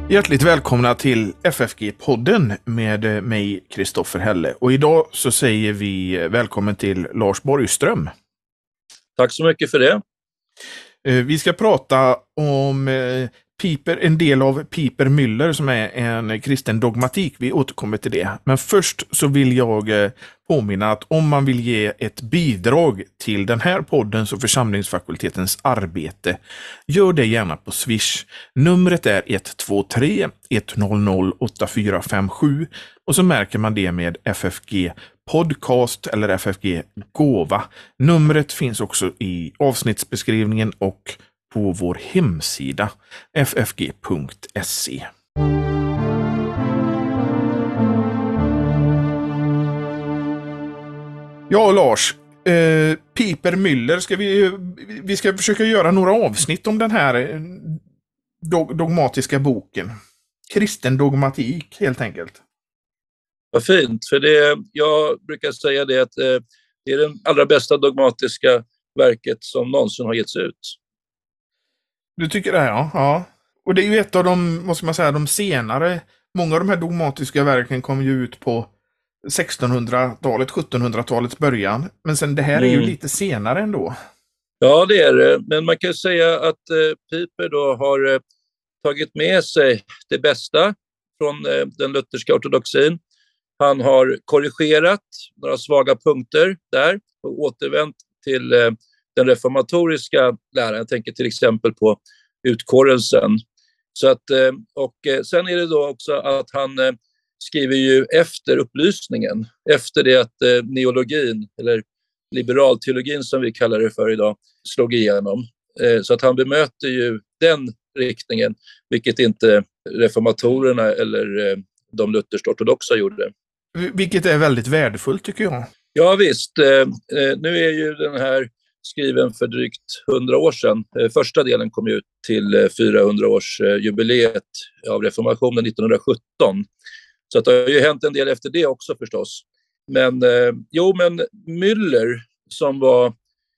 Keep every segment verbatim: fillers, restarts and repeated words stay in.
Hjärtligt välkomna till F F G-podden med mig, Kristoffer Helle. Och idag så säger vi välkommen till Lars Borgström. Tack så mycket för det. Vi ska prata om Piper, en del av Piper Müller som är en kristen dogmatik. Vi återkommer till det. Men först så vill jag påminna att om man vill ge ett bidrag till den här poddens och församlingsfakultetens arbete, gör det gärna på Swish. Numret är ett två tre ett noll noll åtta fyra fem sju och så märker man det med F F G podcast eller F F G gåva. Numret finns också i avsnittsbeskrivningen och på vår hemsida f f g punkt se. Ja, Lars, eh, Piper Müller, ska vi, vi ska försöka göra några avsnitt om den här dog, dogmatiska boken. Kristen dogmatik, helt enkelt. Vad fint, för det, jag brukar säga det att eh, det är den allra bästa dogmatiska verket som någonsin har getts ut. Du tycker det, ja. ja. Och det är ju ett av de, vad ska man säga, de senare, många av de här dogmatiska verken kom ju ut på sextonhundratalet, sjuttonhundratalets början. Men sen det här är ju mm. lite senare ändå. Ja, det är det. Men man kan säga att eh, Piper då har eh, tagit med sig det bästa från eh, den lutherska ortodoxin. Han har korrigerat några svaga punkter där och återvänt till eh, den reformatoriska läran. Jag tänker till exempel på utkårelsen. Så att, eh, och eh, sen är det då också att han eh, skriver ju efter upplysningen, efter det att eh, neologin eller liberalteologin som vi kallar det för idag slog igenom. Eh, så att han bemöter ju den riktningen, vilket inte reformatorerna eller eh, de lutherskt ortodoxa gjorde. Vilket är väldigt värdefullt tycker jag. Ja visst, eh, nu är ju den här skriven för drygt hundra år sedan. Eh, första delen kom ut till eh, fyrahundra-årsjubileet av reformationen nittonhundrasjutton. Så att det har ju hänt en del efter det också förstås. Men eh, jo, men Müller som var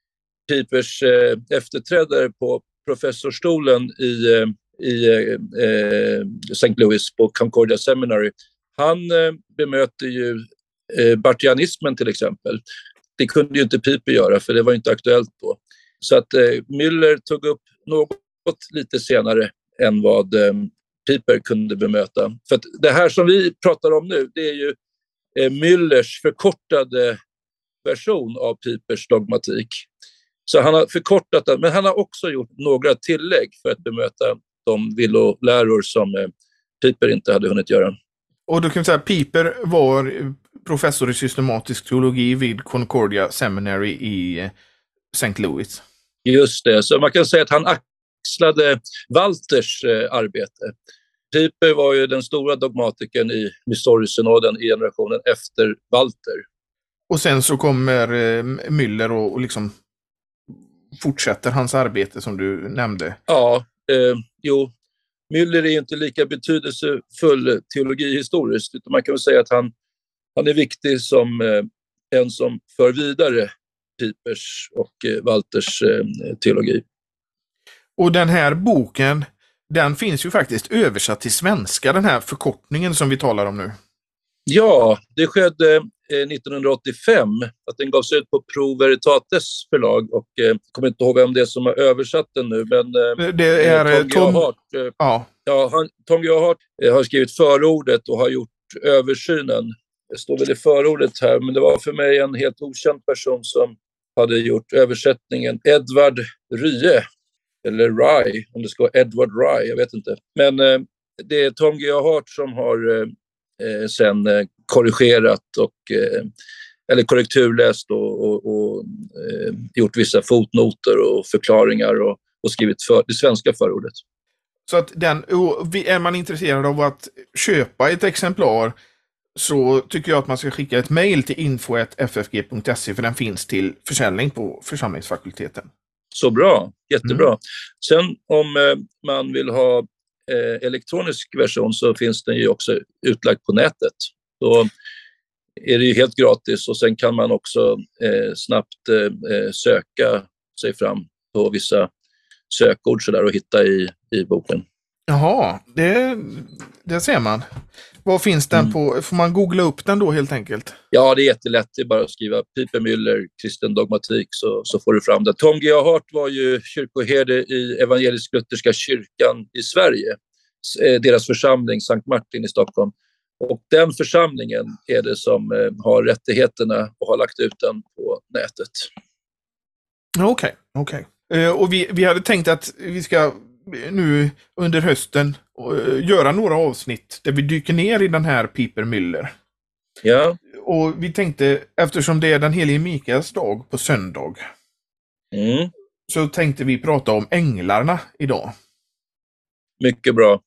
Pipers eh, efterträdare på professorstolen i, eh, i eh, Saint Louis på Concordia Seminary, han eh, bemöter ju eh, bartianismen till exempel. Det kunde ju inte Piper göra för det var inte aktuellt då. Så att eh, Müller tog upp något lite senare än vad eh, Piper kunde bemöta. För att det här som vi pratar om nu, det är ju eh, Müllers förkortade version av Pipers dogmatik. Så han har förkortat den, men han har också gjort några tillägg för att bemöta de villoläror som eh, Piper inte hade hunnit göra. Och då kan vi säga att Piper var professor i systematisk teologi vid Concordia Seminary i Saint Louis. Just det, så man kan säga att han axlade Walthers eh, arbete. Piper var ju den stora dogmatikern i Missouri-synoden i generationen efter Walther. Och sen så kommer eh, Müller och, och liksom fortsätter hans arbete som du nämnde. Ja, eh, jo. Müller är inte lika betydelsefull teologihistoriskt, utan man kan väl säga att han, han är viktig som eh, en som för vidare Pipers och eh, Walthers eh, teologi. Och den här boken, den finns ju faktiskt översatt till svenska, den här förkortningen som vi talar om nu. Ja, det skedde eh, nittonhundraåttiofem att den gavs ut på Pro Veritates förlag och jag eh, kommer inte ihåg vem det är som har översatt den nu, men eh, det är Tom Gerhardt. Eh, ja. Ja, han, Tom Gerhardt eh, har skrivit förordet och har gjort översynen. Det står väl i förordet här, men det var för mig en helt okänd person som hade gjort översättningen. Edward Rye, eller Rye, om det ska vara Edward Rye, jag vet inte. Men eh, det är Tom Gerhardt som har eh, sen eh, korrigerat och eh, eller korrekturläst och, och, och eh, gjort vissa fotnoter och förklaringar och, och skrivit för, det svenska förordet. Så att den, är man intresserad av att köpa ett exemplar så tycker jag att man ska skicka ett mejl till info at f f g punkt se för den finns till försäljning på församlingsfakulteten. Så bra, jättebra. Mm. Sen om eh, man vill ha eh, elektronisk version så finns den ju också utlagd på nätet. Då är det ju helt gratis och sen kan man också eh, snabbt eh, söka sig fram på vissa sökord så där och hitta i, i boken. Jaha, det, det ser man. Var finns den Mm. på? Får man googla upp den då helt enkelt? Ja, det är jättelätt. Det är bara att skriva Piper Müller, kristen dogmatik, så, så får du fram det. Tom G A Hart var ju kyrkoherde i evangelisk-lutherska kyrkan i Sverige. S- Deras församling, Sankt Martin i Stockholm. Och den församlingen är det som eh, har rättigheterna och har lagt ut den på nätet. Okej, okej. Eh, Och vi, vi hade tänkt att vi ska nu under hösten eh, göra några avsnitt där vi dyker ner i den här Piper Müller. Ja, Och vi tänkte, eftersom det är den helige Mikaels dag på söndag, mm. så tänkte vi prata om änglarna idag. Mycket bra.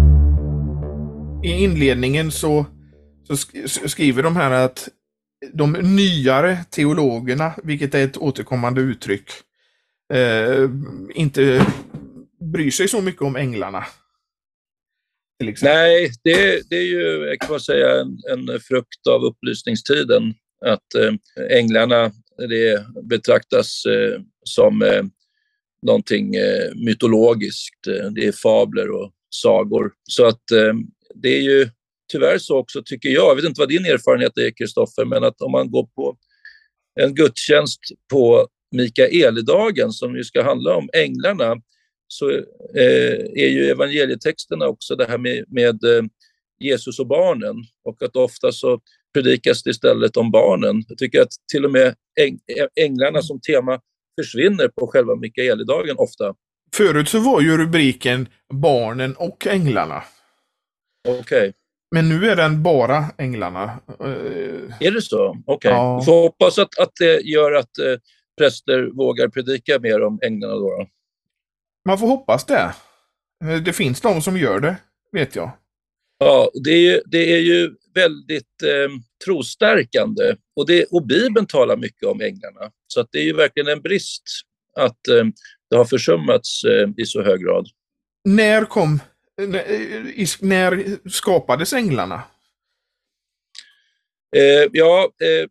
I inledningen så, så sk- skriver de här att de nyare teologerna, vilket är ett återkommande uttryck, eh, inte bryr sig så mycket om änglarna. Till exempel. Nej, det, det är ju, jag kan man säga, en, en frukt av upplysningstiden. Att eh, änglarna det betraktas eh, som eh, någonting eh, mytologiskt. Det är fabler och sagor. Så att eh, det är ju tyvärr så också, tycker jag. Jag vet inte vad din erfarenhet är, Kristoffer, men att om man går på en gudstjänst på Mikaelidagen som ju ska handla om änglarna, så eh, är ju evangelietexterna också det här med, med eh, Jesus och barnen, och att ofta så predikas det istället om barnen. Jag tycker att till och med äng, änglarna som tema försvinner på själva Mikaelidagen ofta. Förut så var ju rubriken barnen och änglarna. Okej. Okay. Men nu är den bara änglarna. Eh, Är det så? Okej. Okay. Ja. Vi får hoppas att, att det gör att eh, präster vågar predika mer om änglarna då. då. Man får hoppas det. Eh, Det finns de som gör det, vet jag. Ja, det är ju, det är ju väldigt eh, trostärkande. Och, det, och Bibeln talar mycket om änglarna. Så att det är ju verkligen en brist att eh, det har försummats eh, i så hög grad. När kom... När, i- när skapades änglarna? Eh, ja, eh,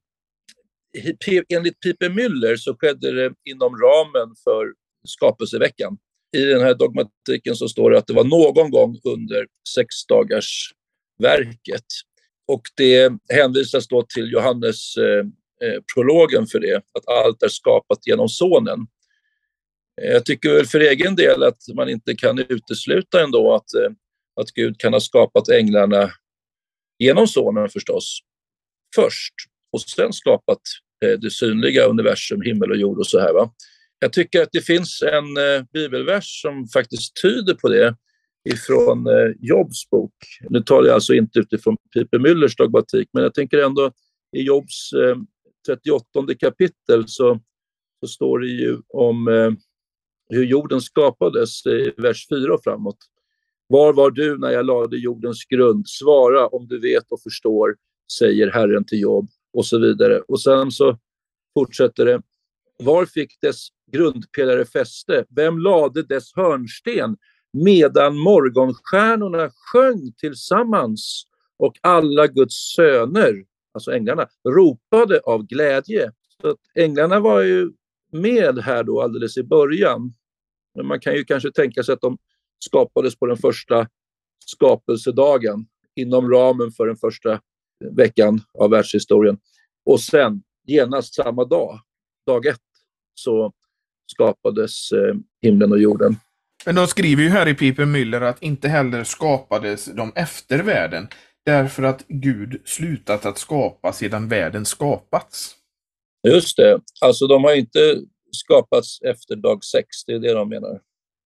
P- enligt Piper Müller så skedde det inom ramen för skapelseveckan. I den här dogmatiken så står det att det var någon gång under sexdagarsverket. Och det hänvisas då till Johannes eh, eh, prologen för det, att allt är skapat genom sonen. Eh, jag tycker väl för egen del att man inte kan utesluta ändå att, eh, att Gud kan ha skapat änglarna genom sonen förstås, först, och sen skapat eh, det synliga universum, himmel och jord och så här, va. Jag tycker att det finns en eh, bibelvers som faktiskt tyder på det ifrån eh, Jobs bok. Nu talar jag alltså inte utifrån Piper Müllers dogmatik, men jag tänker ändå i Jobs eh, trettioåttonde kapitel så, så står det ju om eh, hur jorden skapades i vers fyra och framåt. Var var du när jag lade jordens grund? Svara om du vet och förstår, säger Herren till Job, och så vidare. Och sen så fortsätter det. Var fick dess grundpelare fäste? Vem lade dess hörnsten? Medan morgonstjärnorna sjöng tillsammans och alla Guds söner, alltså änglarna, ropade av glädje. Så att änglarna var ju med här då alldeles i början. Men man kan ju kanske tänka sig att de skapades på den första skapelsedagen inom ramen för den första veckan av världshistorien. Och sen genast samma dag, dag ett, så skapades eh, himlen och jorden. Men de skriver ju här i Piper Müller att inte heller skapades de efter världen, därför att Gud slutat att skapa sedan världen skapats. Just det, alltså de har inte skapats efter dag sex, det är det de menar.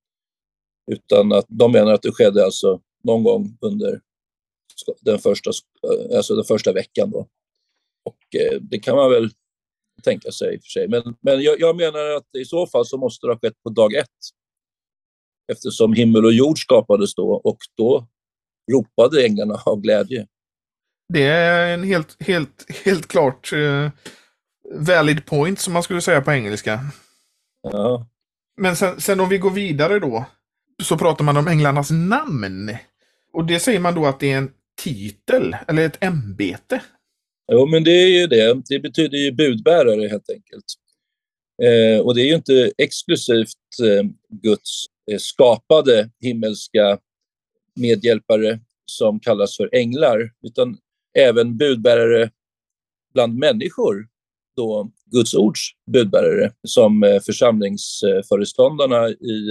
Utan att de menar att det skedde alltså någon gång under den första, alltså den första veckan då. Och eh, det kan man väl tänka sig i och för sig. Men, men jag, jag menar att i så fall så måste det ha skett på dag ett. Eftersom himmel och jord skapades då, och då ropade änglarna av glädje. Det är en helt, helt, helt klart eh, valid point, som man skulle säga på engelska. Ja. Men sen, sen om vi går vidare då, så pratar man om änglarnas namn. Och det säger man då att det är en titel, eller ett ämbete. Jo, men det är ju det. Det betyder ju budbärare helt enkelt. Eh, och det är ju inte exklusivt eh, Guds eh, skapade himmelska medhjälpare som kallas för änglar, utan även budbärare bland människor, då Guds ords budbärare, som församlingsföreståndarna i,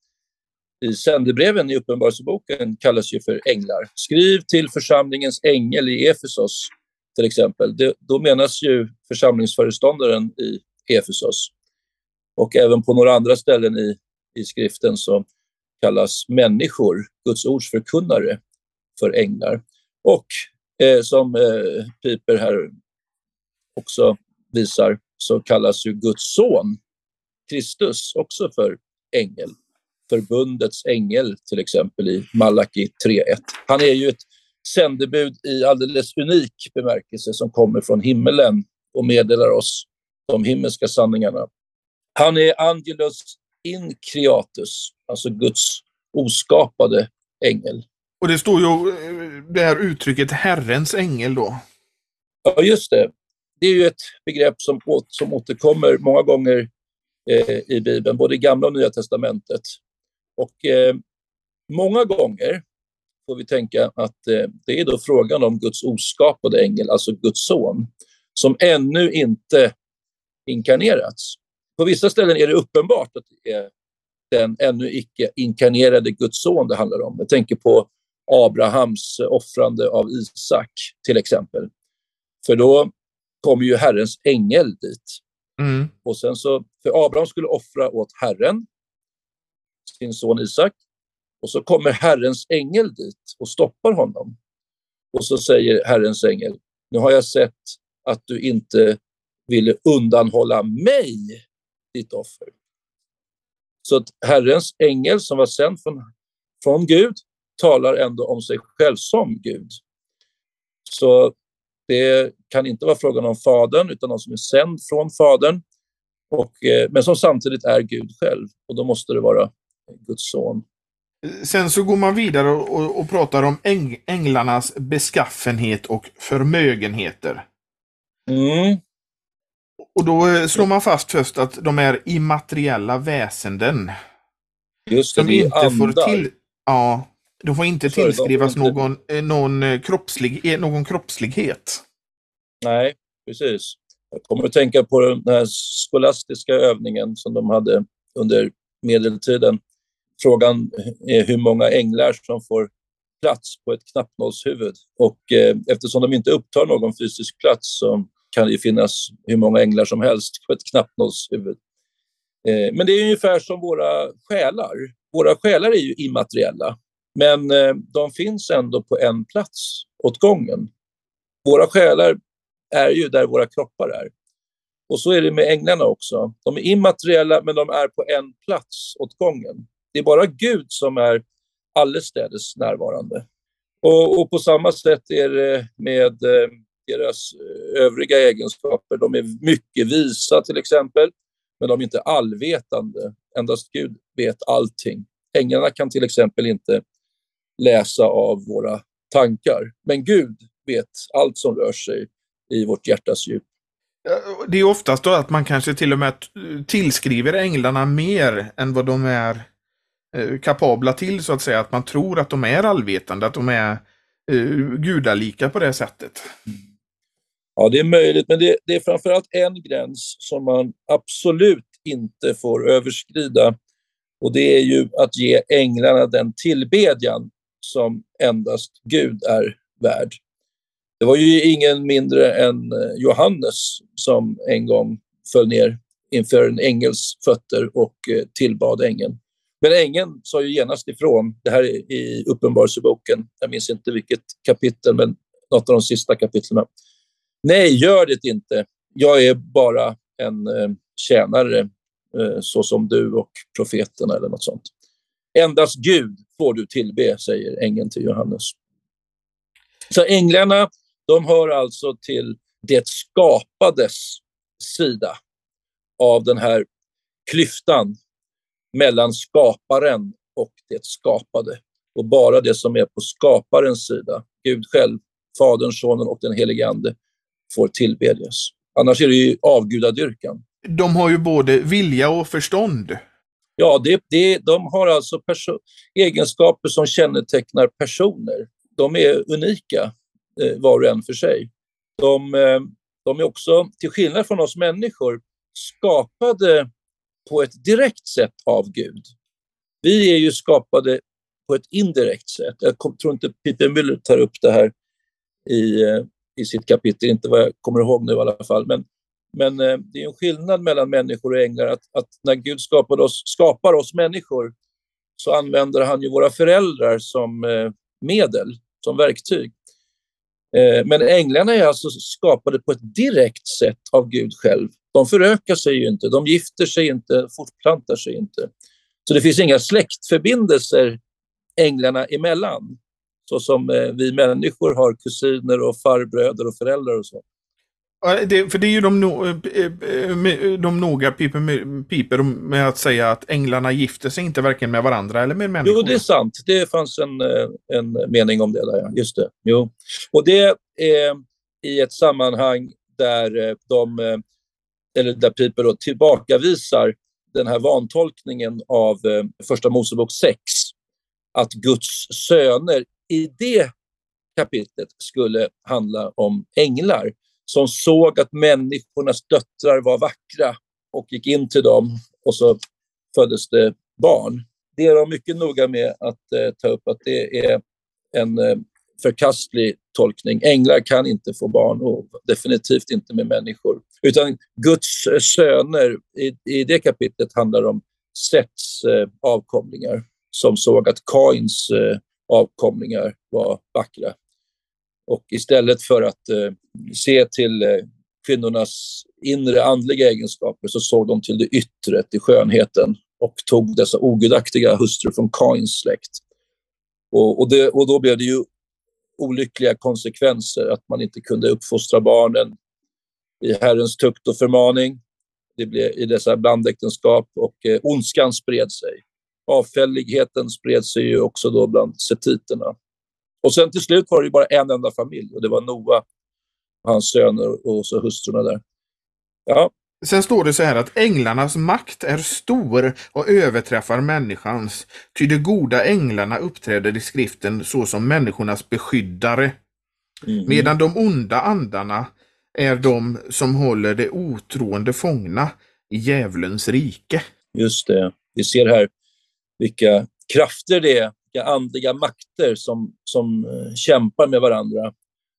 i sändebreven i Uppenbarelseboken kallas ju för änglar. Skriv till församlingens ängel i Efesos till exempel. Det, då menas ju församlingsföreståndaren i Efesos. Och även på några andra ställen i, i skriften så kallas människor, Guds ords förkunnare, för änglar. Och eh, som eh, Piper här också visar, så kallas ju Guds son, Kristus, också för ängel. Förbundets ängel till exempel i Malaki tre ett. Han är ju ett sändebud i alldeles unik bemärkelse som kommer från himmelen och meddelar oss de himmelska sanningarna. Han är Angelus increatus, alltså Guds oskapade ängel. Och det står ju det här uttrycket Herrens ängel då. Ja, just det. Det är ju ett begrepp som, som återkommer många gånger eh, i Bibeln, både i Gamla och Nya testamentet. Och eh, många gånger får vi tänka att eh, det är då frågan om Guds oskapade ängel, alltså Guds son, som ännu inte inkarnerats. På vissa ställen är det uppenbart att det är den ännu icke inkarnerade Guds son det handlar om. Jag tänker på Abrahams offrande av Isak till exempel. För då kommer ju Herrens ängel dit. Mm. Och sen så, för Abraham skulle offra åt Herren, sin son Isak. Och så kommer Herrens ängel dit och stoppar honom. Och så säger Herrens ängel, nu har jag sett att du inte ville undanhålla mig ditt offer. Så att Herrens ängel som var sänd från, från Gud talar ändå om sig själv som Gud. Så det kan inte vara frågan om fadern utan någon som är sänd från fadern. Och, eh, men som samtidigt är Gud själv. Och då måste det vara Guds son. Sen så går man vidare och, och, och pratar om äng, änglarnas beskaffenhet och förmögenheter. Mm. Och då slår man fast först att de är immateriella väsenden. Just det, som det är inte andar. får till, ja, de får inte Sorry, tillskrivas de får inte... någon, någon, kroppslig, någon kroppslighet. Nej, precis. Jag kommer att tänka på den här skolastiska övningen som de hade under medeltiden. Frågan är hur många änglar som får plats på ett knappnålshuvud. Och eh, eftersom de inte upptar någon fysisk plats så kan det ju finnas hur många änglar som helst på ett knappnålshuvud. Eh, men det är ungefär som våra själar. Våra själar är ju immateriella. Men eh, de finns ändå på en plats åt gången. Våra själar är ju där våra kroppar är. Och så är det med änglarna också. De är immateriella men de är på en plats åt gången. Det är bara Gud som är allestädes närvarande. Och, och på samma sätt är det med eh, deras övriga egenskaper. De är mycket visa till exempel, men de är inte allvetande. Endast Gud vet allting. Änglarna kan till exempel inte läsa av våra tankar. Men Gud vet allt som rör sig i vårt hjärtas djup. Det är oftast då att man kanske till och med tillskriver änglarna mer än vad de är kapabla till, så att säga. Att man tror att de är allvetande, att de är uh, gudalika på det sättet. Ja, det är möjligt, men det, det är framförallt en gräns som man absolut inte får överskrida. Och det är ju att ge änglarna den tillbedjan som endast Gud är värd. Det var ju ingen mindre än Johannes som en gång föll ner inför en ängels fötter och tillbad ängeln. Men ängeln sa ju genast ifrån, det här är i Uppenbarelseboken, jag minns inte vilket kapitel, men något av de sista kapitlerna. Nej, gör det inte. Jag är bara en eh, tjänare eh, så som du och profeterna eller något sånt. Endast Gud får du tillbe, säger ängeln till Johannes. Så änglarna, de hör alltså till det skapades sida av den här klyftan mellan skaparen och det skapade. Och bara det som är på skaparens sida, Gud själv, Fadern, Sonen och den helige Ande, får tillbedjas. Annars är det ju avgudadyrkan. De har ju både vilja och förstånd. Ja, det, det, de har alltså perso- egenskaper som kännetecknar personer. De är unika, eh, var och en för sig. De, eh, de är också, till skillnad från oss människor, skapade på ett direkt sätt av Gud. Vi är ju skapade på ett indirekt sätt. Jag kom, tror inte Peter Müller tar upp det här i, i sitt kapitel, inte vad jag kommer ihåg nu i alla fall. Men, men eh, det är en skillnad mellan människor och änglar, att, att när Gud skapar oss, skapar oss människor, så använder han ju våra föräldrar som eh, medel, som verktyg. Eh, men änglarna är alltså skapade på ett direkt sätt av Gud själv. De förökar sig ju inte, de gifter sig inte, fortplantar sig inte. Så det finns inga släktförbindelser änglarna emellan. Så som eh, vi människor har kusiner och farbröder och föräldrar och så. Ja, det, för det är ju de, no, de noga piper, piper med att säga att änglarna gifter sig inte varken med varandra eller med människor. Jo, det är sant. Det fanns en, en mening om det där, ja. Just det. Jo. Och det är i ett sammanhang där de, eller där Piper då tillbakavisar den här vantolkningen av första Mosebok sex, att Guds söner i det kapitlet skulle handla om änglar som såg att människornas döttrar var vackra och gick in till dem och så föddes det barn. Det är de mycket noga med att eh, ta upp, att det är en eh, förkastlig tolkning. Änglar kan inte få barn, och definitivt inte med människor. Utan Guds söner i, i det kapitlet handlar om Sets eh, avkomlingar som såg att Kains eh, avkomlingar var vackra. Och istället för att eh, se till eh, kvinnornas inre andliga egenskaper, så såg de till det yttre, till skönheten, och tog dessa ogudaktiga hustrur från Kains släkt. Och, och, det, och då blev det ju olyckliga konsekvenser, att man inte kunde uppfostra barnen i Herrens tukt och förmaning. Det blev i dessa blandäktenskap, och eh, ondskan spred sig. Avfälligheten spred sig ju också då bland setiterna. Och sen till slut var det ju bara en enda familj, och det var Noa, hans söner och så hustrurna där. Ja. Sen står det så här att änglarnas makt är stor och överträffar människans, ty de goda änglarna uppträder i skriften så som människornas beskyddare. Mm. Medan de onda andarna är de som håller det otroende fångna i djävulens rike. Just det. Vi ser här vilka krafter det är, vilka andliga makter som, som uh, kämpar med varandra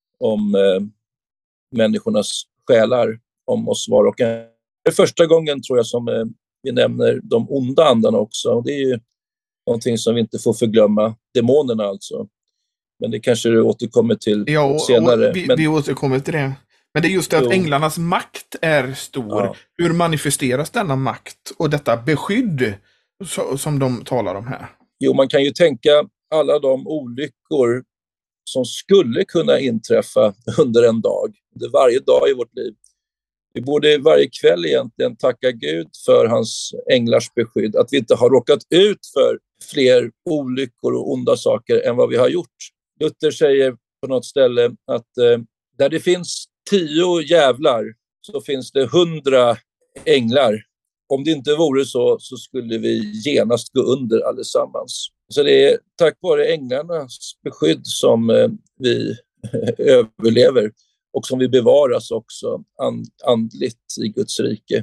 om uh, människornas själar, om oss var och en. Det är första gången, tror jag, som uh, vi nämner de onda andarna också. Och det är ju någonting som vi inte får förglömma, demonerna alltså. Men det kanske du återkommer till ja, senare. Och vi, Men... vi återkommer till det. Men det är just det att jo. änglarnas makt är stor. Ja. Hur manifesteras denna makt och detta beskydd som de talar om här? Jo, man kan ju tänka alla de olyckor som skulle kunna inträffa under en dag. Det är varje dag i vårt liv. Vi borde varje kväll egentligen tacka Gud för hans änglars beskydd. Att vi inte har råkat ut för fler olyckor och onda saker än vad vi har gjort. Luther säger på något ställe att eh, där det finns tio jävlar så finns det hundra änglar. Om det inte vore så, så skulle vi genast gå under allesammans. Så det är tack vare änglarnas beskydd som eh, vi överlever och som vi bevaras också and, andligt i Guds rike.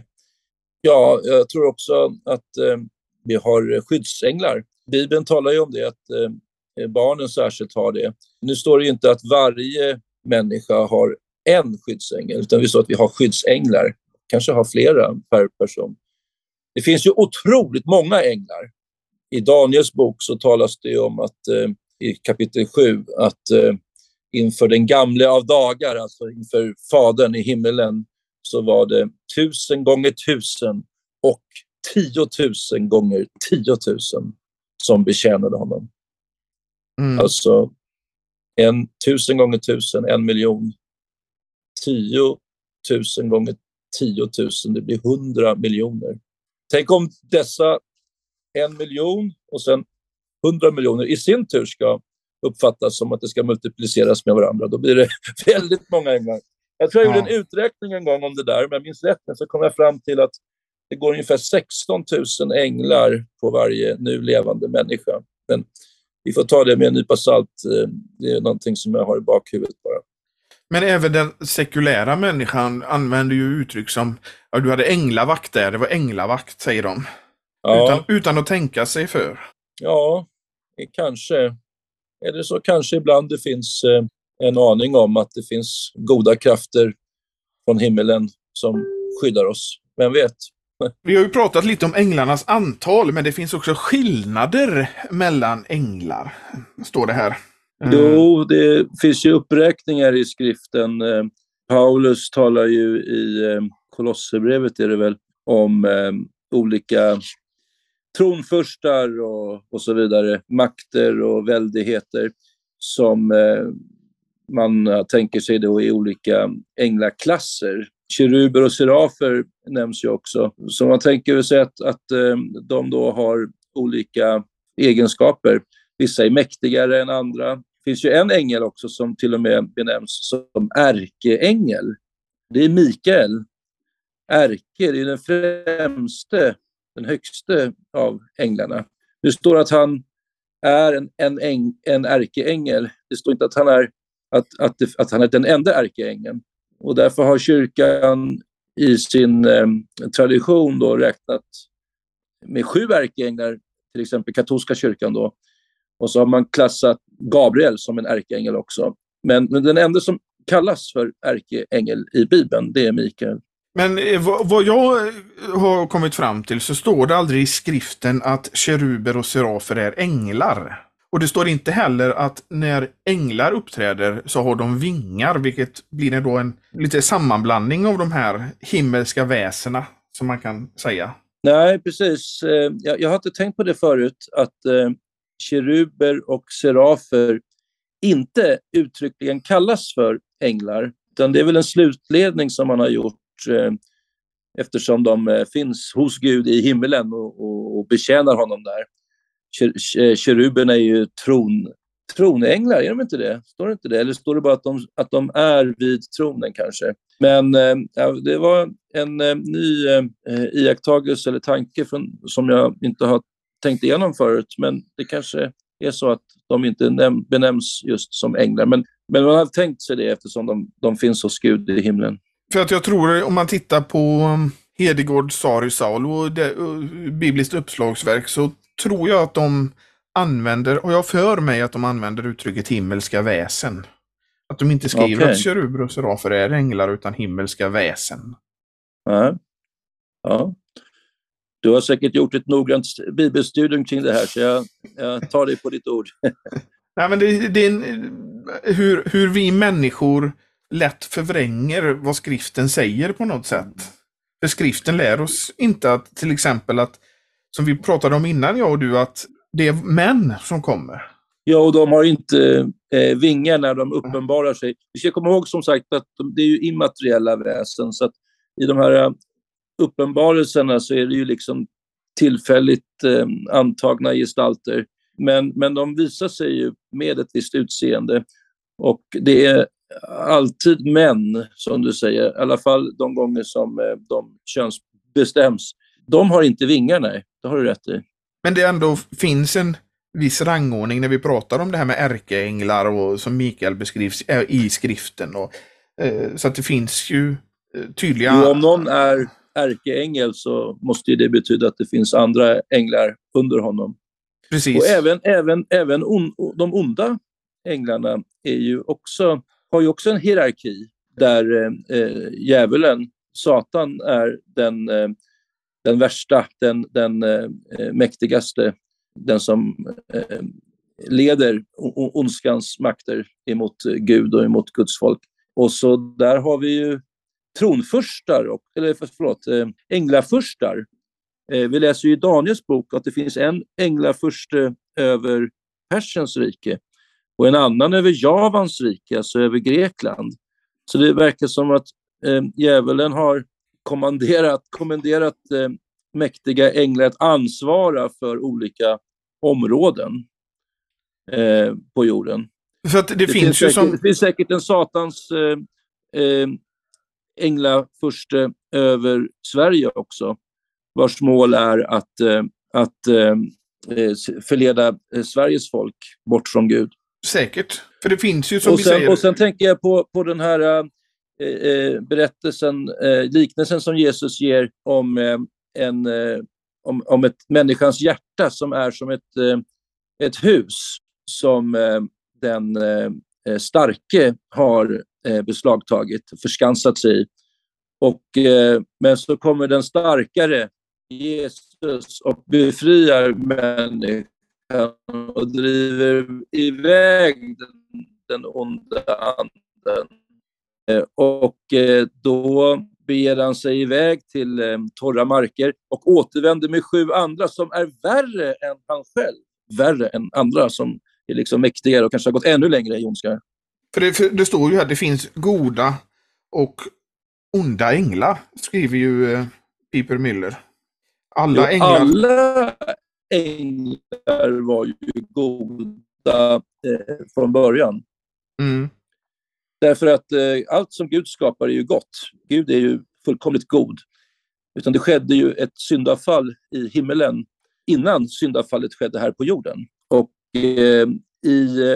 Ja, jag tror också att eh, vi har skyddsänglar. Bibeln talar ju om det, att eh, barnen särskilt har det. Nu står det ju inte att varje människa har en skyddsängel, utan vi står att vi har skyddsänglar. Kanske har flera per person. Det finns ju otroligt många änglar. I Daniels bok så talas det om att eh, i kapitel sju att eh, inför den gamle av dagar, alltså inför fadern i himmelen, så var det tusen gånger tusen och tiotusen gånger tiotusen som betjänade honom. Mm. Alltså en tusen gånger tusen, en miljon, tio tusen gånger tiotusen, det blir hundra miljoner. Tänk om dessa en miljon och sen hundra miljoner i sin tur ska uppfattas som att det ska multipliceras med varandra. Då blir det väldigt många änglar. Jag tror jag gjorde en uträkning en gång om det där, men minns rätt så kom jag fram till att det går ungefär sexton tusen änglar på varje nu levande människa. Men vi får ta det med en nypa salt. Det är någonting som jag har i bakhuvudet bara. Men även den sekulära människan använder ju uttryck som ja, du hade änglavakt där, det var änglavakt, säger de. Ja. Utan, utan att tänka sig för. Ja, kanske. Är det så kanske ibland det finns eh, en aning om att det finns goda krafter från himmelen som skyddar oss. Vem vet? Vi har ju pratat lite om änglarnas antal, men det finns också skillnader mellan änglar, står det här. Jo, det finns ju uppräkningar i skriften. Paulus talar ju i Kolosserbrevet är det väl om eh, olika tronförstar och, och så vidare, makter och väldigheter som eh, man tänker sig då i olika änglaklasser. Keruber och serafer nämns ju också. Så man tänker sig att, att eh, de då har olika egenskaper. Vissa är mäktigare än andra. Det finns ju en ängel också som till och med benämns som ärkeängel. Det är Mikael. Ärke, det är den främste, den högste av änglarna. Det står att han är en, en, äng, en ärkeängel. Det står inte att han är, att, att, det, att han är den enda ärkeängeln. Och därför har kyrkan i sin eh, tradition då räknat med sju ärkeänglar, till exempel katolska kyrkan då. Och så har man klassat Gabriel som en ärkeängel också. Men, men den enda som kallas för ärkeängel i Bibeln, det är Mikael. Men eh, vad, vad jag har kommit fram till så står det aldrig i skriften att keruber och serafer är änglar. Och det står inte heller att när änglar uppträder så har de vingar, vilket blir då en lite sammanblandning av de här himmelska väsena som man kan säga. Nej, precis. Jag, jag har inte tänkt på det förut, att eh, keruber och serafer inte uttryckligen kallas för änglar, utan det är väl en slutledning som man har gjort eh, eftersom de eh, finns hos Gud i himmelen och, och, och betjänar honom där. Keruberna är ju tron, tronänglar, är de inte det? Står det inte det? Eller står det bara att de, att de är vid tronen kanske? Men eh, det var en eh, ny eh, iakttagelse eller tanke från, som jag inte har tänkt igenom förut. Men det kanske är så att de inte näm- benämns just som änglar. Men, men man har tänkt sig det eftersom de, de finns hos Gud i himlen. För att jag tror, om man tittar på Hedegård, Sari, Saul och, det, och bibliskt uppslagsverk, så tror jag att de använder, och jag för mig att de använder uttrycket himmelska väsen. Att de inte skriver okay. att keruber och serafer är änglar utan himmelska väsen. Ja. Ja. Du har säkert gjort ett noggrant bibelstudium kring det här, så jag, jag tar dig på ditt ord. Nej, men det, det är en, hur, hur vi människor lätt förvränger vad skriften säger på något sätt. För skriften lär oss inte att till exempel att, som vi pratade om innan jag och du, att det är män som kommer. Ja, och de har inte eh, vingar när de uppenbarar sig. Vi ska komma ihåg som sagt att de, det är ju immateriella väsen, så att i de här uppenbarelserna så är det ju liksom tillfälligt eh, antagna gestalter. Men, men de visar sig ju med ett visst utseende. Och det är alltid män, som du säger, i alla fall de gånger som eh, de könsbestäms. De har inte vingar, nej. Det har du rätt i. Men det ändå finns en viss rangordning när vi pratar om det här med ärkeänglar och som Mikael beskrivs i skriften. Och, eh, så att det finns ju eh, tydliga... Jo, om någon är ärkeängel så måste det betyda att det finns andra änglar under honom. Precis. Och även, även, även on, de onda änglarna är ju också, har ju också en hierarki där eh, djävulen, Satan, är den, eh, den värsta, den, den eh, mäktigaste, den som eh, leder ondskans makter emot Gud och emot Guds folk. Och så där har vi ju tronförstar, och, eller förlåt, äh, änglaförstar. Äh, vi läser ju i Daniels bok att det finns en änglaförste över Persiens rike och en annan över Javans rike, alltså över Grekland. Så det verkar som att äh, djävulen har kommanderat, kommenderat äh, mäktiga änglar att ansvara för olika områden äh, på jorden. För att det, det, finns, finns ju säkert, som... det finns säkert en satans äh, äh, ängla förste över Sverige också. vars mål är att, eh, att eh, förleda eh, Sveriges folk bort från Gud. Säkert, för det finns ju som och vi sen, säger... Och sen tänker jag på, på den här eh, berättelsen, eh, liknelsen som Jesus ger om, eh, en, eh, om, om ett människans hjärta som är som ett, eh, ett hus som eh, den eh, starke har eh, beslagtagit, förskansat sig i. Och, eh, men så kommer den starkare, Jesus, och befriar människan och driver iväg den, den onda anden. Eh, och eh, då beger han sig iväg till eh, torra marker och återvänder med sju andra som är värre än han själv. Värre än andra som är liksom mäktigare och kanske har gått ännu längre i ondska. För det, för det står ju här, det finns goda och onda änglar, skriver ju eh, Piper Müller. Alla jo, änglar... Alla änglar var ju goda eh, från början. Mm. Därför att eh, allt som Gud skapar är ju gott. Gud är ju fullkomligt god. Utan det skedde ju ett syndafall i himmelen innan syndafallet skedde här på jorden. Och eh, i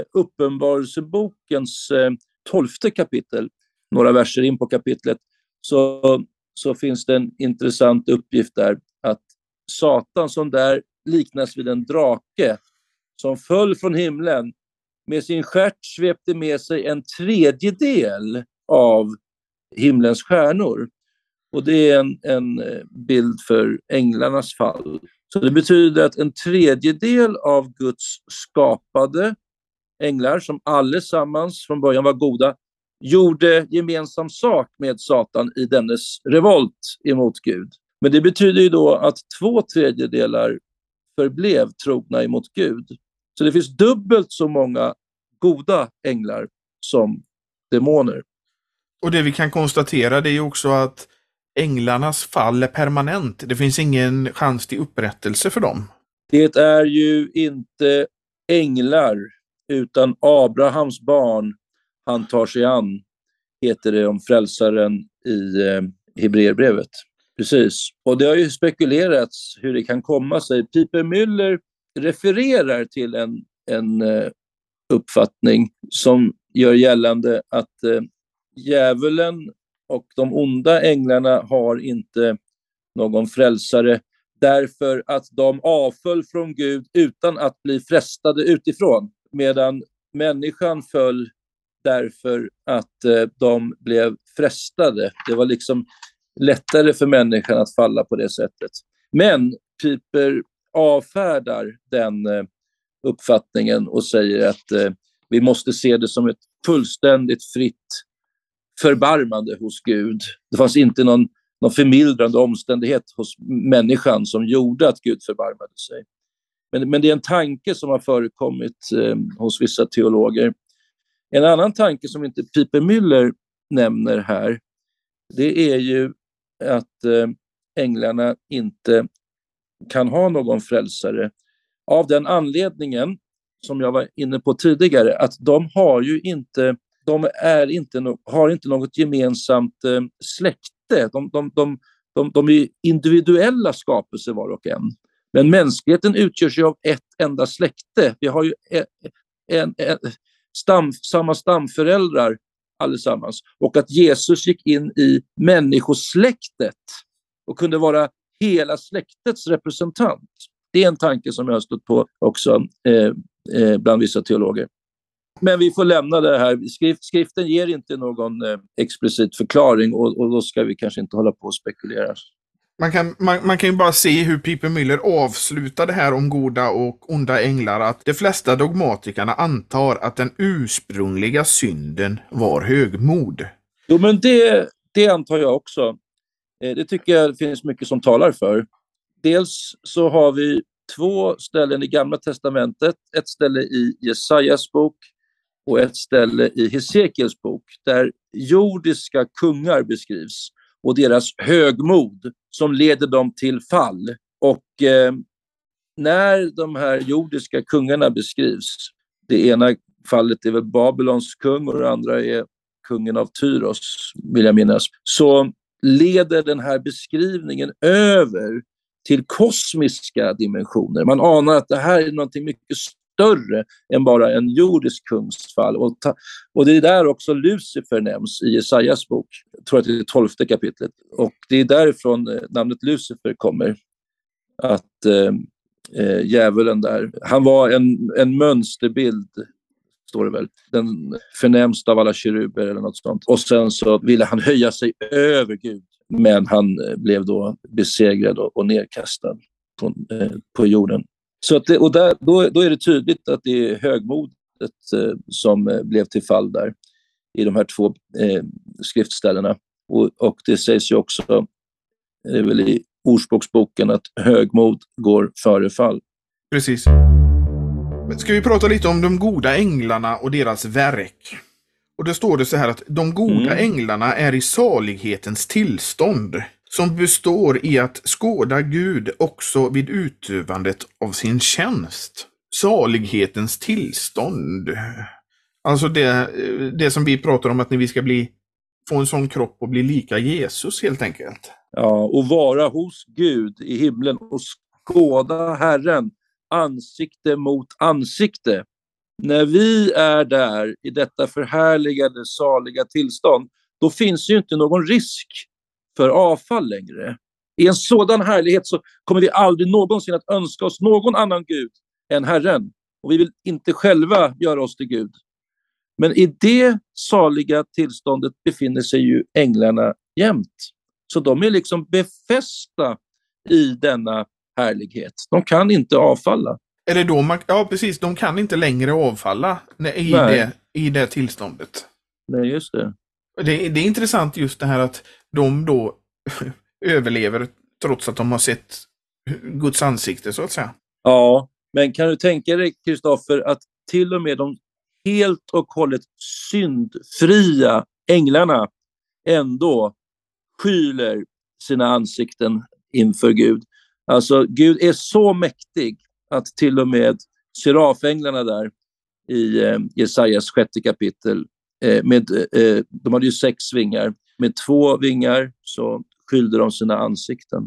Uppenbarelsebokens eh, tolfte kapitel, några verser in på kapitlet, så, så finns det en intressant uppgift där, att Satan som där liknas vid en drake som föll från himlen, med sin stjärt svepte med sig en tredjedel av himlens stjärnor. Och det är en, en bild för änglarnas fall. Så det betyder att en tredjedel av Guds skapade änglar, som allesammans från början var goda, gjorde gemensam sak med Satan i dennes revolt emot Gud. Men det betyder ju då att två tredjedelar förblev trogna emot Gud. Så det finns dubbelt så många goda änglar som demoner. Och det vi kan konstatera, det är ju också att änglarnas fall är permanent. Det finns ingen chans till upprättelse för dem. Det är ju inte änglar utan Abrahams barn han tar sig an, heter det om frälsaren i eh, Hebreerbrevet. Precis. Och det har ju spekulerats hur det kan komma sig. Piper Müller refererar till en, en eh, uppfattning som gör gällande att eh, djävulen och de onda änglarna har inte någon frälsare därför att de avföll från Gud utan att bli frestade utifrån, medan människan föll därför att eh, de blev frestade. Det var liksom lättare för människan att falla på det sättet. Men Piper avfärdar den eh, uppfattningen och säger att eh, vi måste se det som ett fullständigt fritt förbarmande hos Gud. Det fanns inte någon, någon förmildrande omständighet hos människan som gjorde att Gud förbarmade sig. Men, men det är en tanke som har förekommit eh, hos vissa teologer. En annan tanke som inte Piper Müller nämner här, det är ju att eh, änglarna inte kan ha någon frälsare. Av den anledningen, som jag var inne på tidigare, att de har ju inte, de är inte no, har inte något gemensamt eh, släkte. De, de, de, de, de är individuella skapelser var och en. Men mänskligheten utgörs ju av ett enda släkte. Vi har ju en, en, en, stam, samma stamföräldrar allesammans. Och att Jesus gick in i människosläktet och kunde vara hela släktets representant. Det är en tanke som jag har stått på också eh, eh, bland vissa teologer. Men vi får lämna det här. Skrift, skriften ger inte någon eh, explicit förklaring och, och då ska vi kanske inte hålla på och spekulera. Man kan, man, man kan ju bara se hur Piper Müller avslutar det här om goda och onda änglar, att de flesta dogmatikerna antar att den ursprungliga synden var högmod. Jo, men det, det antar jag också. Eh, det tycker jag finns mycket som talar för. Dels så har vi två ställen i Gamla testamentet, ett ställe i Jesajas bok och ett ställe i Hesekiels bok, där jordiska kungar beskrivs och deras högmod som leder dem till fall. Och eh, när de här jordiska kungarna beskrivs, det ena fallet är väl Babylons kung och det andra är kungen av Tyros, vill jag minnas, så leder den här beskrivningen över till kosmiska dimensioner. Man anar att det här är något mycket större än bara en jordisk kungsfall. Och, ta, och det är där också Lucifer nämns i Jesajas bok. Jag tror att det är tolfte kapitlet. Och det är därifrån namnet Lucifer kommer. Att eh, eh, djävulen där, han var en, en mönsterbild, står det väl. Den förnämsta av alla keruber eller något sånt. Och sen så ville han höja sig över Gud. Men han blev då besegrad och, och nedkastad på, eh, på jorden. Så att det, och där, då, då är det tydligt att det är högmodet eh, som eh, blev till fall där i de här två eh, skriftställena. Och, och det sägs ju också eh, väl i Ordspråksboken att högmod går före fall. Precis. Ska vi prata lite om de goda änglarna och deras verk? Och då står det så här att de goda mm. änglarna är i salighetens tillstånd som består i att skåda Gud också vid utövandet av sin tjänst. Salighetens tillstånd. Alltså det, det som vi pratar om, att när vi ska bli, få en sån kropp och bli lika Jesus helt enkelt. Ja, och vara hos Gud i himlen och skåda Herren ansikte mot ansikte. När vi är där i detta förhärligade, saliga tillstånd, då finns ju inte någon risk för avfall längre. I en sådan härlighet så kommer vi aldrig någonsin att önska oss någon annan Gud än Herren. Och vi vill inte själva göra oss till Gud. Men i det saliga tillståndet befinner sig ju änglarna jämt. Så de är liksom befästa i denna härlighet. De kan inte avfalla. Är det då man, ja precis, de kan inte längre avfalla i, det, i det tillståndet. Nej, just det. det. Det är intressant just det här att de då överlever trots att de har sett Guds ansikte så att säga. Ja, men kan du tänka dig, Kristoffer, att till och med de helt och hållet syndfria änglarna ändå skyler sina ansikten inför Gud. Alltså Gud är så mäktig att till och med serafänglarna där i eh, Jesajas sjätte kapitel, eh, med, eh, de hade ju sex vingar, med två vingar så skyllde de sina ansikten.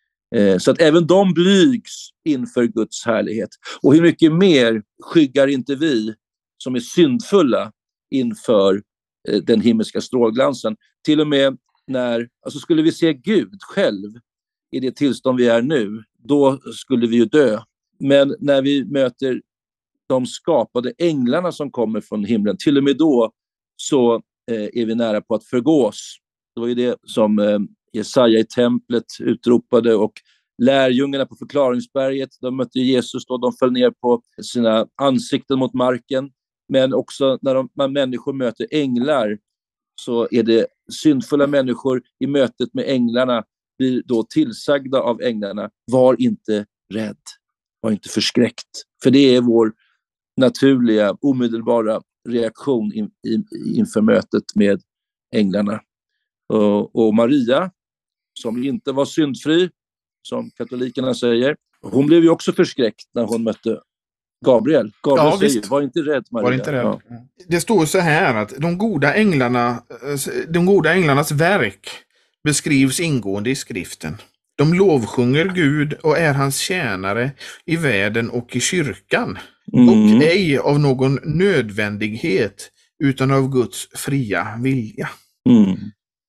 Eh, så att även de blygs inför Guds härlighet. Och hur mycket mer skyggar inte vi som är syndfulla inför eh, den himmelska strålglansen. Till och med när, alltså skulle vi se Gud själv i det tillstånd vi är nu, då skulle vi ju dö. Men när vi möter de skapade änglarna som kommer från himlen, till och med då så eh, är vi nära på att förgås. Det var ju det som eh, Jesaja i templet utropade, och lärjungarna på förklaringsberget, de mötte Jesus då, de föll ner på sina ansikten mot marken. Men också när, de, när människor möter änglar så är det syndfulla människor i mötet med änglarna blir då tillsagda av änglarna: var inte rädd, var inte förskräckt. För det är vår naturliga, omedelbara reaktion in, in, inför mötet med änglarna. Och, och Maria, som inte var syndfri, som katolikerna säger, hon blev ju också förskräckt när hon mötte Gabriel. Gabriel ja, säger, visst. Var inte rädd, Maria. Var inte rädd. Ja. Det står så här att de goda änglarna, de goda änglarnas verk beskrivs ingående i skriften. De lovsjunger Gud och är hans tjänare i världen och i kyrkan. Mm. Och ej av någon nödvändighet utan av Guds fria vilja. Mm.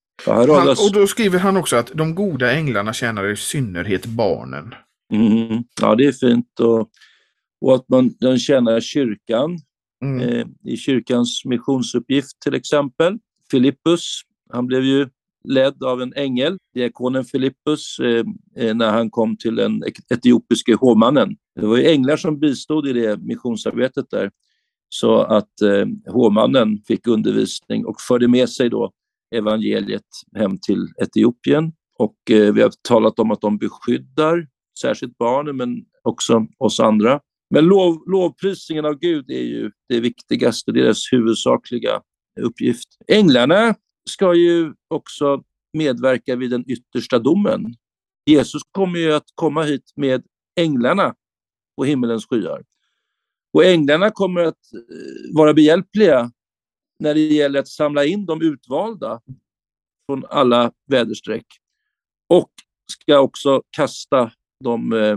Han, och då skriver han också att de goda änglarna tjänar i synnerhet barnen. Mm. Ja, det är fint. Och, och att man de tjänar kyrkan mm. eh, i kyrkans missionsuppgift till exempel. Filippus, han blev ju ledd av en ängel, diakonen Filippus, eh, när han kom till den etiopiske hovmannen. Det var ju änglar som bistod i det missionsarbetet där, så att eh, hovmannen fick undervisning och förde med sig då evangeliet hem till Etiopien. Och eh, vi har talat om att de beskyddar särskilt barnen, men också oss andra. Men lov, lovprisningen av Gud är ju det viktigaste, deras huvudsakliga uppgift. Änglarna ska ju också medverka vid den yttersta domen. Jesus kommer ju att komma hit med änglarna på himmelens skyar. Och änglarna kommer att vara behjälpliga när det gäller att samla in de utvalda från alla väderstreck. Och ska också kasta de eh,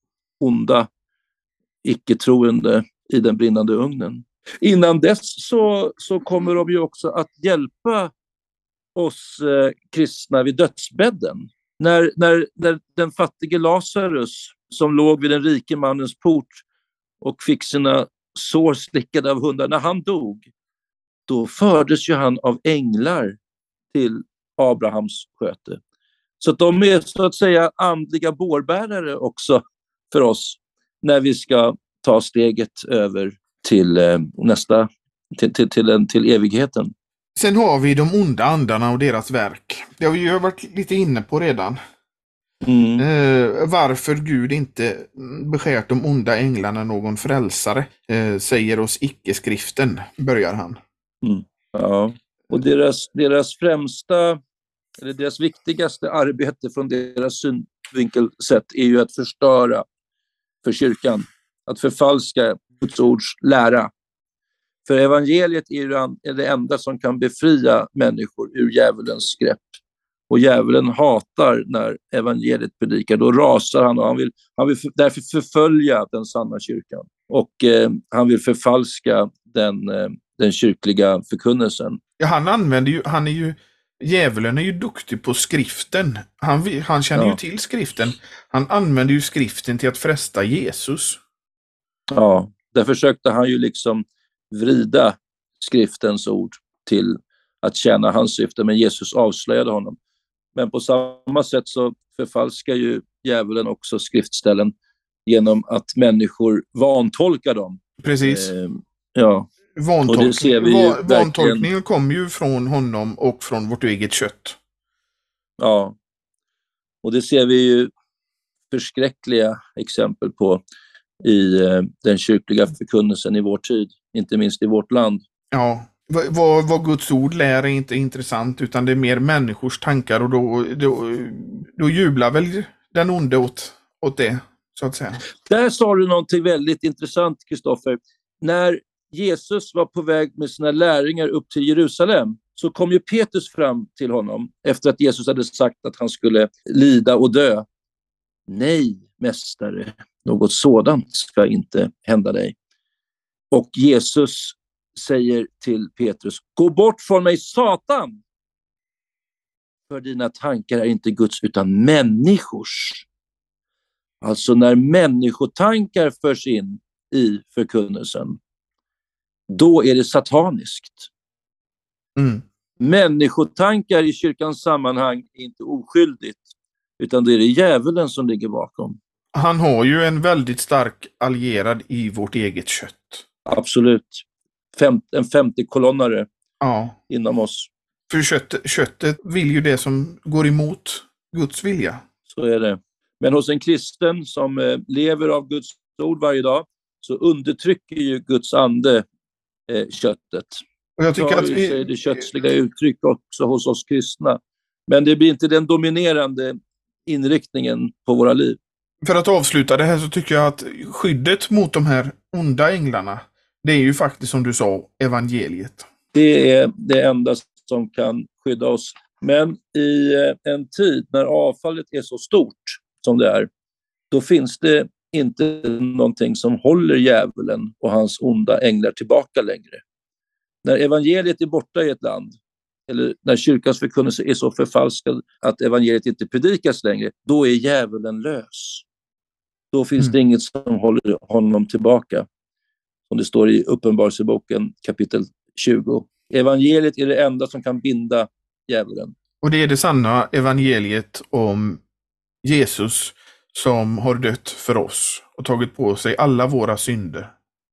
onda icke-troende i den brinnande ugnen. Innan dess så, så kommer de ju också att hjälpa oss eh, kristna vid dödsbädden. När, när, när den fattige Lazarus som låg vid den rike mannens port och fick sina sår slickade av hundar, när han dog, då fördes ju han av änglar till Abrahams sköte. Så att de är så att säga andliga bårbärare också för oss när vi ska ta steget över till eh, nästa, till, till, till, en, till evigheten. Sen har vi de onda andarna och deras verk. Det har vi ju varit lite inne på redan. Mm. Eh, varför Gud inte beskärt de onda änglarna någon frälsare, eh, säger oss icke-skriften, börjar han. Mm. Ja, och deras, deras främsta, eller deras viktigaste arbete från deras synvinkel sett är ju att förstöra för kyrkan, att förfalska Guds ords lära. För evangeliet är ju är det enda som kan befria människor ur djävulens grepp. Och djävulen hatar när evangeliet predikar. Då rasar han och han vill, han vill därför förfölja den sanna kyrkan. Och eh, han vill förfalska den, eh, den kyrkliga förkunnelsen. Ja, han använder ju, han är ju, djävulen är ju duktig på skriften. Han, han känner ja. ju till skriften. Han använder ju skriften till att fresta Jesus. Ja, där försökte han ju liksom vrida skriftens ord till att tjäna hans syfte, men Jesus avslöjade honom. Men på samma sätt så förfalskar ju djävulen också skriftställen genom att människor vantolkar dem. Precis. Eh, ja. Vantolkning, och det ser vi ju verkligen... Vantolkningen kommer ju från honom och från vårt eget kött. Ja, och det ser vi ju förskräckliga exempel på i eh, den kyrkliga förkunnelsen i vår tid, inte minst i vårt land. Ja, vad, vad Guds ord lär är inte intressant, utan det är mer människors tankar, och då, då, då jublar väl den onde åt, åt det, så att säga. Där sa du någonting väldigt intressant, Kristoffer. När Jesus var på väg med sina lärjungar upp till Jerusalem, så kom ju Petrus fram till honom efter att Jesus hade sagt att han skulle lida och dö. Nej, mästare, något sådant ska inte hända dig. Och Jesus säger till Petrus: gå bort från mig, Satan! För dina tankar är inte Guds utan människors. Alltså när människotankar förs in i förkunnelsen, då är det sataniskt. Mm. Människotankar i kyrkans sammanhang är inte oskyldigt, utan det är det djävulen som ligger bakom. Han har ju en väldigt stark allierad i vårt eget kött. Absolut. Fem, en femtiokolonnare ja. inom oss. För köttet, köttet vill ju det som går emot Guds vilja. Så är det. Men hos en kristen som eh, lever av Guds ord varje dag, så undertrycker ju Guds ande eh, köttet. Och jag tycker att vi... är det kötsliga uttryck också hos oss kristna. Men det blir inte den dominerande inriktningen på våra liv. För att avsluta det här så tycker jag att skyddet mot de här onda änglarna, det är ju faktiskt, som du sa, evangeliet. Det är det enda som kan skydda oss. Men i en tid när avfallet är så stort som det är, då finns det inte någonting som håller djävulen och hans onda änglar tillbaka längre. När evangeliet är borta i ett land, eller när kyrkans förkunnelse är så förfalskad att evangeliet inte predikas längre, då är djävulen lös. Då finns mm. det inget som håller honom tillbaka. Som det står i Uppenbarelseboken kapitel tjugo. Evangeliet är det enda som kan binda djävulen. Och det är det sanna evangeliet om Jesus som har dött för oss och tagit på sig alla våra synder.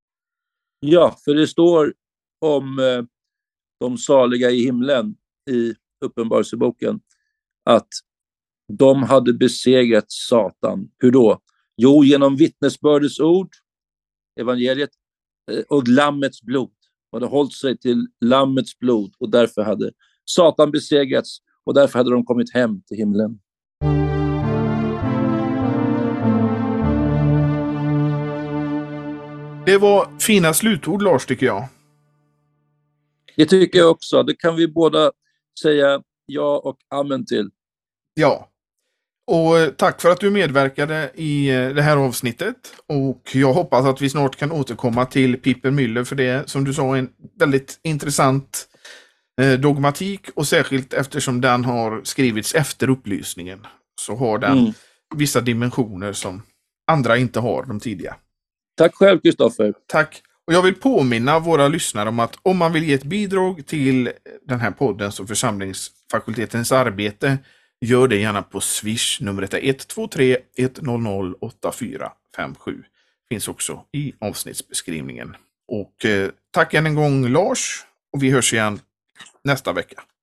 Ja, för det står om eh, de saliga i himlen i Uppenbarelseboken att de hade besegrat Satan. Hur då? Jo, genom vittnesbördets ord, evangeliet, eh, och lammets blod. De hade hållit sig till lammets blod, och därför hade Satan besegrats, och därför hade de kommit hem till himlen. Det var fina slutord, Lars, tycker jag. Det tycker jag också. Det kan vi båda säga ja och amen till. Ja. Och eh, tack för att du medverkade i eh, det här avsnittet. Och jag hoppas att vi snart kan återkomma till Piper Müller, för det är, som du sa, en väldigt intressant eh, dogmatik, och särskilt eftersom den har skrivits efter upplysningen så har den mm. vissa dimensioner som andra inte har, de tidiga. Tack själv, Kristoffer. Tack. Och jag vill påminna våra lyssnare om att om man vill ge ett bidrag till den här poddens och församlingsfakultetens arbete, gör det gärna på Swish. Numret är ett två tre ett noll noll åtta fyra fem sju. Finns också i avsnittsbeskrivningen. Och eh, tack än en gång, Lars, och vi hörs igen nästa vecka.